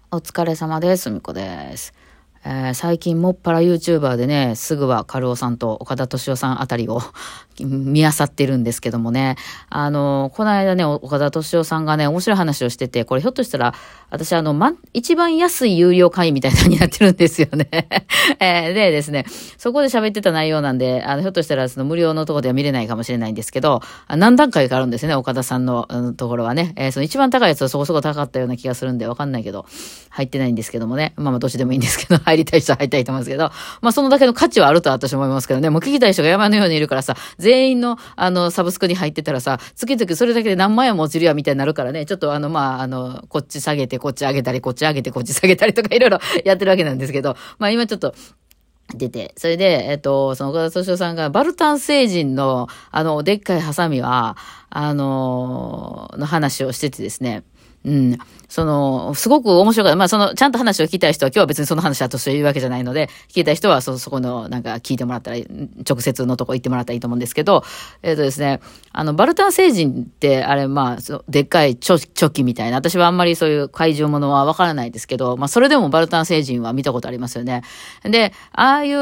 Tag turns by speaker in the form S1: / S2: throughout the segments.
S1: お疲れ様です。みこです。最近もっぱら YouTuber でね、すぐはカルオさんと岡田敏夫さんあたりを見漁ってるんですけどもね。この間ね、岡田敏夫さんがね、面白い話をしてて、これひょっとしたら、私一番安い有料会員みたいなのになってるんですよね。でですね、そこで喋ってた内容なんで、ひょっとしたらその無料のところでは見れないかもしれないんですけど、何段階かあるんですよね、岡田さんの、ところはね。その一番高いやつはそこそこ高かったような気がするんで、わかんないけど、入ってないんですけどもね。まあどっちでもいいんですけど、入りたい人は入りたいと思うんですけど、まあそのだけの価値はあるとは私は思いますけどね。もう聞きたい人が山のようにいるからさ、全員のサブスクに入ってたらさ、月々それだけで何万円も落ちるやみたいになるからね、ちょっとこっち下げてこっち上げたり、こっち上げてこっち下げたりとかいろいろやってるわけなんですけど、まあ今ちょっと、出て。それで、その岡田敏夫さんが、バルタン星人の、でっかいハサミは、の話をしててですね。うん。すごく面白かった。まあ、ちゃんと話を聞きたい人は、今日は別にその話だとして言うわけじゃないので、聞きたい人は、そこの、聞いてもらったら、直接のとこ行ってもらったらいいと思うんですけど、ですね、バルタン星人って、あれ、まあ、でっかいチョキみたいな、私はあんまりそういう怪獣ものはわからないですけど、まあ、それでもバルタン星人は見たことありますよね。で、ああいう、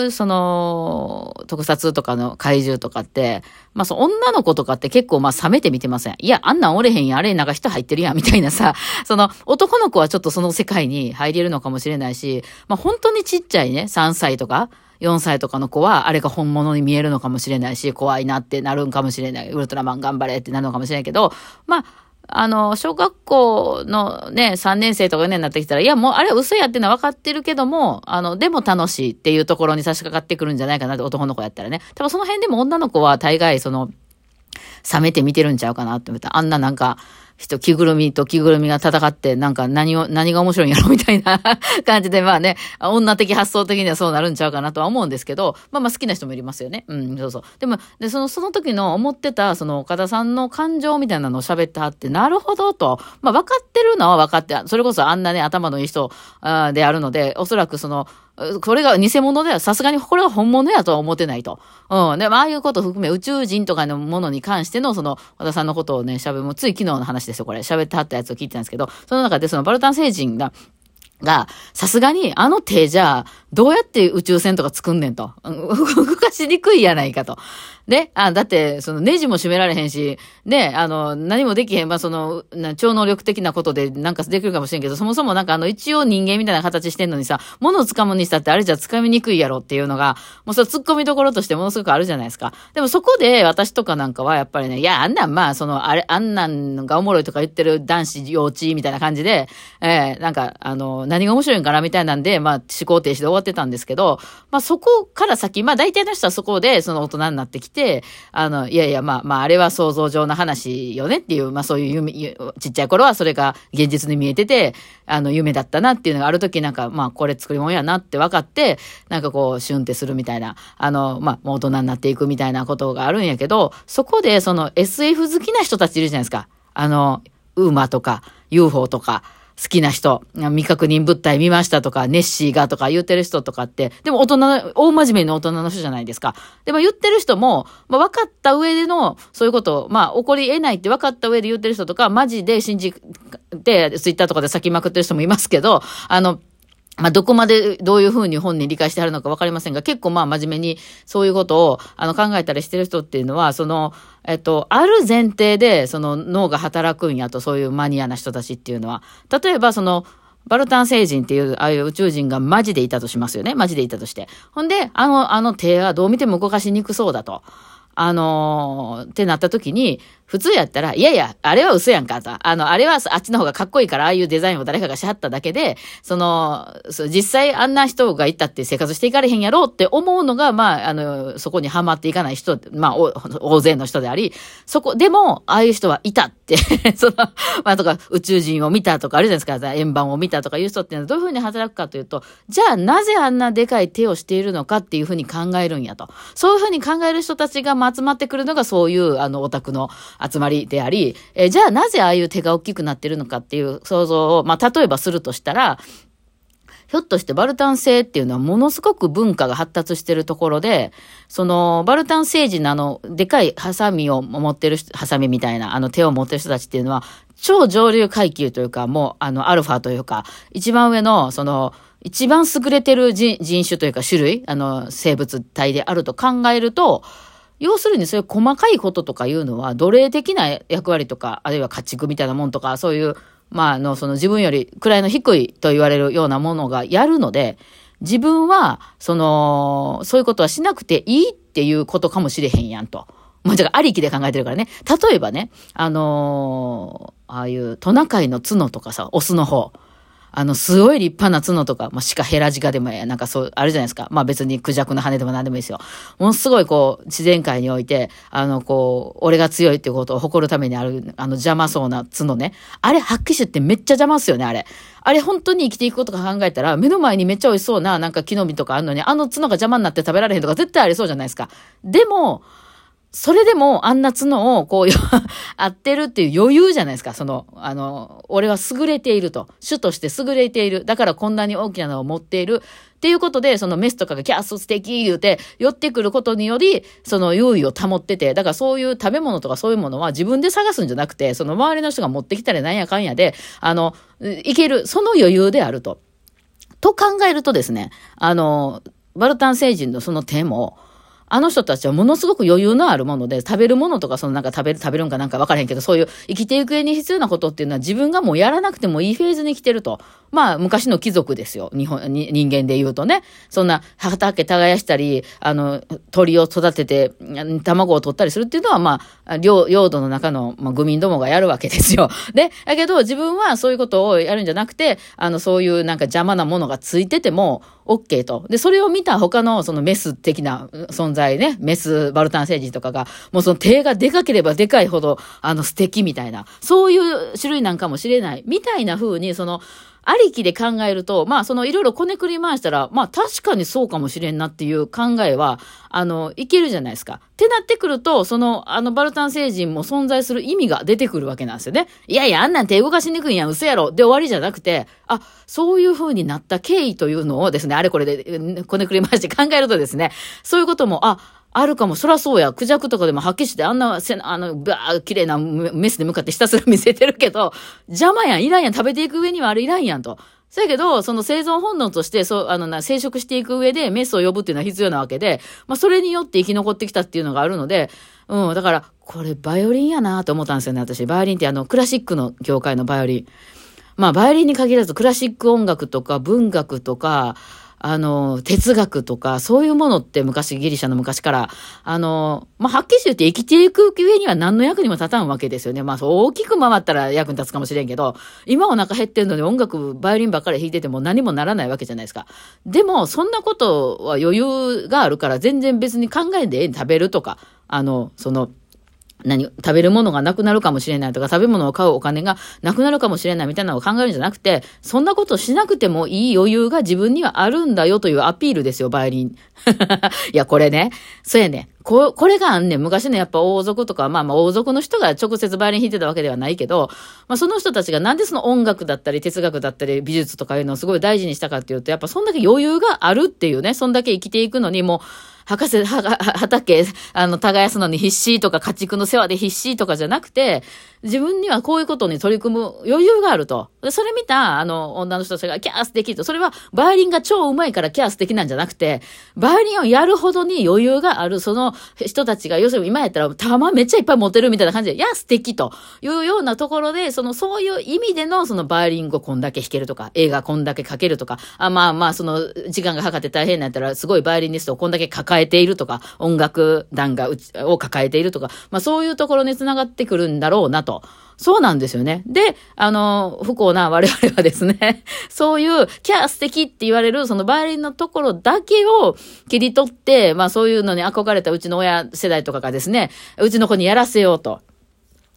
S1: 特撮とかの怪獣とかって、まあ、女の子とかって結構、まあ、冷めて見てません。いや、あんなんおれへんやん、あれなんか人入ってるやん、みたいなさ、男の子はちょっとその世界に入れるのかもしれないし、まあ、本当にちっちゃいね、3歳とか、4歳とかの子は、あれが本物に見えるのかもしれないし、怖いなってなるんかもしれない。ウルトラマン頑張れってなるのかもしれないけど、まあ、小学校のね、3年生とか4年になってきたら、いや、もうあれは嘘やってのは分かってるけども、でも楽しいっていうところに差し掛かってくるんじゃないかなって、男の子やったらね。多分その辺でも女の子は大概冷めて見てるんちゃうかなって思った。あんな着ぐるみと着ぐるみが戦って、何が面白いんやろみたいな感じで、まあね、女的発想的にはそうなるんちゃうかなとは思うんですけど、まあ好きな人もいますよね。うん、そうそう。でも、その時の思ってた、岡田さんの感情みたいなのを喋ってはって、なるほどと、まあ分かってるのは分かって、それこそあんなね、頭のいい人であるので、おそらくこれが偽物では、さすがにこれが本物やとは思ってないと。うん。で、ああいうことを含め宇宙人とかのものに関しての、和田さんのことをね、もうつい昨日の話ですよ、これ。喋ってはったやつを聞いてたんですけど、その中でバルタン星人が、さすがに手じゃ、どうやって宇宙船とか作んねんと。動かしにくいやないかと。で、だって、ネジも締められへんし、ね、何もできへん、まあ、超能力的なことでなんかできるかもしれんけど、そもそも一応人間みたいな形してんのにさ、物を掴むにしたってあれじゃ掴みにくいやろっていうのが、もう突っ込みどころとしてものすごくあるじゃないですか。でもそこで私とかなんかはやっぱりね、いや、あんなんまあ、あんなんがおもろいとか言ってる男子幼稚みたいな感じで、何が面白いんかなみたいなんで、まあ、思考停止で終わってたんですけど、まあ、そこから先、まあ、大体の人はそこで、大人になってきて、いやいや、まあ、あれは想像上の話よねっていう、まあ、そういうちっちゃい頃はそれが現実に見えてて、夢だったなっていうのがある時まあ、これ作り物やなって分かって、シュンってするみたいな、まあ、もう大人になっていくみたいなことがあるんやけど、そこでSF 好きな人たちいるじゃないですか。ウーマとか、UFO とか、好きな人、未確認物体見ましたとか、ネッシーがとか言ってる人とかって、でも大真面目な大人の人じゃないですか。でも言ってる人も、まあ分かった上での、そういうことを、まあ起こり得ないって分かった上で言ってる人とか、マジで信じて、ツイッターとかで先まくってる人もいますけど、まあ、どこまでどういうふうに本人理解してはるのかわかりませんが、結構まあ真面目にそういうことを考えたりしてる人っていうのは、ある前提で脳が働くんやと、そういうマニアな人たちっていうのは。例えばバルタン星人っていう、ああいう宇宙人がマジでいたとしますよね。マジでいたとして。ほんで、手はどう見ても動かしにくそうだと。ってなった時に、普通やったら、いやいや、あれは嘘やんかと。あれはあっちの方がかっこいいから、ああいうデザインを誰かがしはっただけで、実際あんな人がいたって生活していかれへんやろうって思うのが、まあ、そこにはまっていかない人、まあ、大勢の人であり、でも、ああいう人はいたってまあ、とか、宇宙人を見たとかあるじゃないですか、円盤を見たとかいう人っていうのはどういうふうに働くかというと、じゃあなぜあんなでかい手をしているのかっていうふうに考えるんやと。そういうふうに考える人たちが集まってくるのがそういう、オタクの集まりであり、じゃあなぜああいう手が大きくなってるのかっていう想像を、まあ、例えばするとしたら、 ひょっとしてバルタン星っていうのはものすごく文化が発達してるところで、そのバルタン星人のでかいハサミを持ってる人、ハサミみたいな手を持ってる人たちっていうのは、超上流階級というか、もうアルファというか、一番上の、一番優れてる人種というか種類、生物体であると考えると、要するにそういう細かいこととかいうのは、奴隷的な役割とか、あるいは家畜みたいなもんとか、そういう、その自分より位の低いと言われるようなものがやるので、自分は、そういうことはしなくていいっていうことかもしれへんやんと。じゃあ、ありきで考えてるからね。例えばね、ああいうトナカイの角とかさ、オスの方。すごい立派な角とか、鹿ヘラジカでもなんかそう、あるじゃないですか。別にクジャクの羽でも何でもいいですよ。ものすごい自然界において、俺が強いっていうことを誇るためにある、邪魔そうな角ね。あれ、発揮種ってめっちゃ邪魔っすよね、あれ。あれ、本当に生きていくことか考えたら、目の前にめっちゃ美味しそうな、なんか木の実とかあるのに、角が邪魔になって食べられへんとか絶対ありそうじゃないですか。でも、それでもあんな角を合ってるっていう余裕じゃないですか。俺は優れていると。種として優れている。だからこんなに大きなのを持っている。っていうことで、メスとかがキャー素敵言うて寄ってくることにより、優位を保ってて、だからそういう食べ物とかそういうものは自分で探すんじゃなくて、周りの人が持ってきたりなんやかんやで、いける、その余裕であると。と考えるとですね、バルタン星人のその手も、あの人たちはものすごく余裕のあるもので、食べるものとかなんか食べるんかなんか分からへんけど、そういう生きていく上に必要なことっていうのは自分がもうやらなくてもいいフェーズに来てると。昔の貴族ですよ。人間で言うとね。そんな畑耕したり、鳥を育てて、卵を取ったりするっていうのは、領土の中の、愚民どもがやるわけですよ。で、だけど自分はそういうことをやるんじゃなくて、そういうなんか邪魔なものがついてても、OK と。で、それを見た他のメス的な存在ね、メスバルタン星人とかが、もう手がでかければでかいほど、素敵みたいな、そういう種類なんかもしれない、みたいな風に、ありきで考えると、いろいろこねくり回したら、確かにそうかもしれんなっていう考えは、いけるじゃないですか。ってなってくると、バルタン星人も存在する意味が出てくるわけなんですよね。いやいや、あんなん手動かしにくいやん、嘘やろ。で終わりじゃなくて、そういう風になった経緯というのをですね、あれこれでこねくり回して考えるとですね、そういうことも、あるかも。そらそうや。クジャクとかでも発揮してあんな、綺麗なメスで向かってひたすら見せてるけど、邪魔やん、いらんやん、食べていく上にはあれいらんやんと。そやけど、生存本能として、生殖していく上でメスを呼ぶっていうのは必要なわけで、それによって生き残ってきたっていうのがあるので、だから、これバイオリンやなと思ったんですよね、私。バイオリンってクラシックの業界のバイオリン。バイオリンに限らず、クラシック音楽とか文学とか、哲学とか、そういうものって昔、ギリシャの昔から、はっきり言って生きていく上には何の役にも立たんわけですよね。大きく回ったら役に立つかもしれんけど、今お腹減ってんのに音楽、バイオリンばっかり弾いてても何もならないわけじゃないですか。でも、そんなことは余裕があるから、全然別に考えんで食べるとか、食べるものがなくなるかもしれないとか、食べ物を買うお金がなくなるかもしれないみたいなのを考えるんじゃなくて、そんなことしなくてもいい余裕が自分にはあるんだよというアピールですよ、バイオリン。いや、これね、そうやね。これがあんねん。昔のやっぱ王族とか、王族の人が直接バイオリン弾いてたわけではないけど、その人たちがなんでその音楽だったり哲学だったり美術とかいうのをすごい大事にしたかっていうと、やっぱそんだけ余裕があるっていうね、そんだけ生きていくのにもう、畑、耕すのに必死とか、家畜の世話で必死とかじゃなくて、自分にはこういうことに取り組む余裕があると。で、それ見た、女の人たちが、キャー素敵と。それは、バイオリンが超上手いからキャー素敵なんじゃなくて、バイオリンをやるほどに余裕がある、その人たちが、要するに今やったら、玉めっちゃいっぱい持てるみたいな感じで、いや、素敵というようなところで、そういう意味での、バイオリンをこんだけ弾けるとか、映画こんだけ描けるとか、時間がかかって大変なったら、すごいバイオリニストをこんだけ抱えているとか、音楽団を抱えているとか、そういうところに繋がってくるんだろうなと。そうなんですよね。で、不幸な我々はですね、そういう、キャー素敵って言われる、そのバイオリンのところだけを切り取って、そういうのに憧れたうちの親世代とかがですね、うちの子にやらせようと。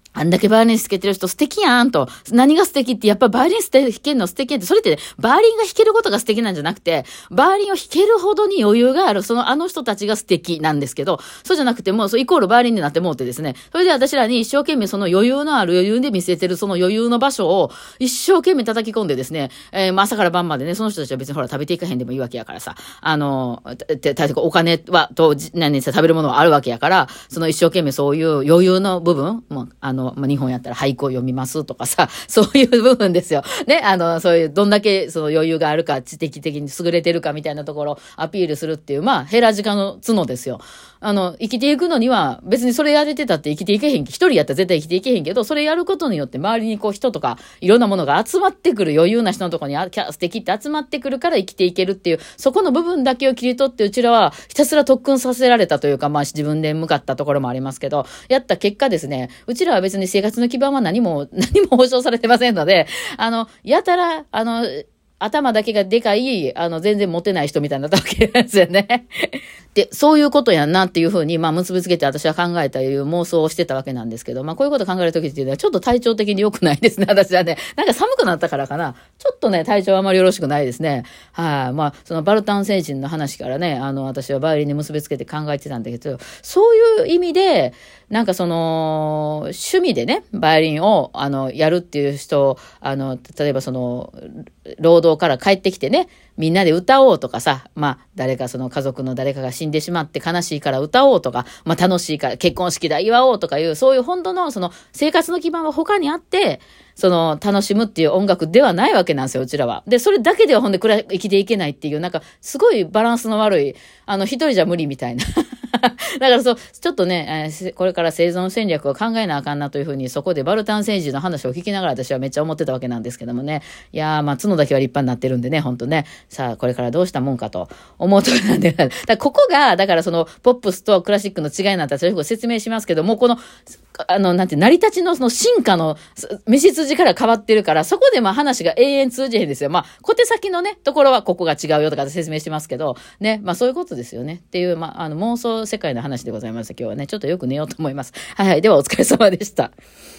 S1: あんだけバイオリン弾けてる人素敵やんと。何が素敵って、やっぱバイオリン弾けるの素敵やんって、それって、バイオリンが弾けることが素敵なんじゃなくて、バイオリンを弾けるほどに余裕がある、あの人たちが素敵なんですけど、そうじゃなくてもう、イコールバイオリンになってもうてですね、それで私らに一生懸命その余裕のある余裕で見せてるその余裕の場所を一生懸命叩き込んでですね、朝から晩までね、その人たちは別にほら食べていかへんでもいいわけやからさ、お金は、食べるものはあるわけやから、その一生懸命そういう余裕の部分、日本やったら俳句を読みますとかさ、そういう部分ですよ。ね、そういう、どんだけその余裕があるか、知的的に優れてるかみたいなところをアピールするっていう、ヘラジカの角ですよ。生きていくのには、別にそれやれてたって生きていけへん。一人やったら絶対生きていけへんけど、それやることによって周りに人とか、いろんなものが集まってくる余裕な人のところに素敵って集まってくるから生きていけるっていう、そこの部分だけを切り取って、うちらはひたすら特訓させられたというか、自分で向かったところもありますけど、やった結果ですね、うちらは別に生活の基盤は何も保証されてませんので、やたら、頭だけがでかい、全然モテない人みたいになったわけですよね。で、そういうことやんなっていうふうに、結びつけて私は考えたいう妄想をしてたわけなんですけど、こういうこと考えるときっていうのはちょっと体調的に良くないですね、私はね。なんか寒くなったからかな。ちょっとね、体調あまりよろしくないですね。はい、そのバルタン星人の話からね、私はバイオリンに結びつけて考えてたんだけど、そういう意味で、なんか趣味でね、バイオリンを、やるっていう人、例えば労働から帰ってきてね、みんなで歌おうとかさ、誰か家族の誰かが死んでしまって悲しいから歌おうとか、楽しいから結婚式だ祝おうとかいう、そういう本当の生活の基盤は他にあって、楽しむっていう音楽ではないわけなんですよ、うちらは。で、それだけでは生きていけないっていう、なんか、すごいバランスの悪い、一人じゃ無理みたいな。だからちょっとね、これから生存戦略を考えなあかんなというふうに、そこでバルタン星人の話を聞きながら私はめっちゃ思ってたわけなんですけどもね。いやー、角だけは立派になってるんでね、ほんとね。さあ、これからどうしたもんかと思うところなんで。ここが、だからポップスとクラシックの違いなんてそういうふうに説明しますけども、成り立ちの進化の道筋から変わってるから、そこで話が永遠通じへんですよ。小手先のね、ところはここが違うよとか説明してますけど、ね、そういうことですよね。っていう、妄想世界の話でございます。今日はね、ちょっとよく寝ようと思います。はい、ではお疲れ様でした。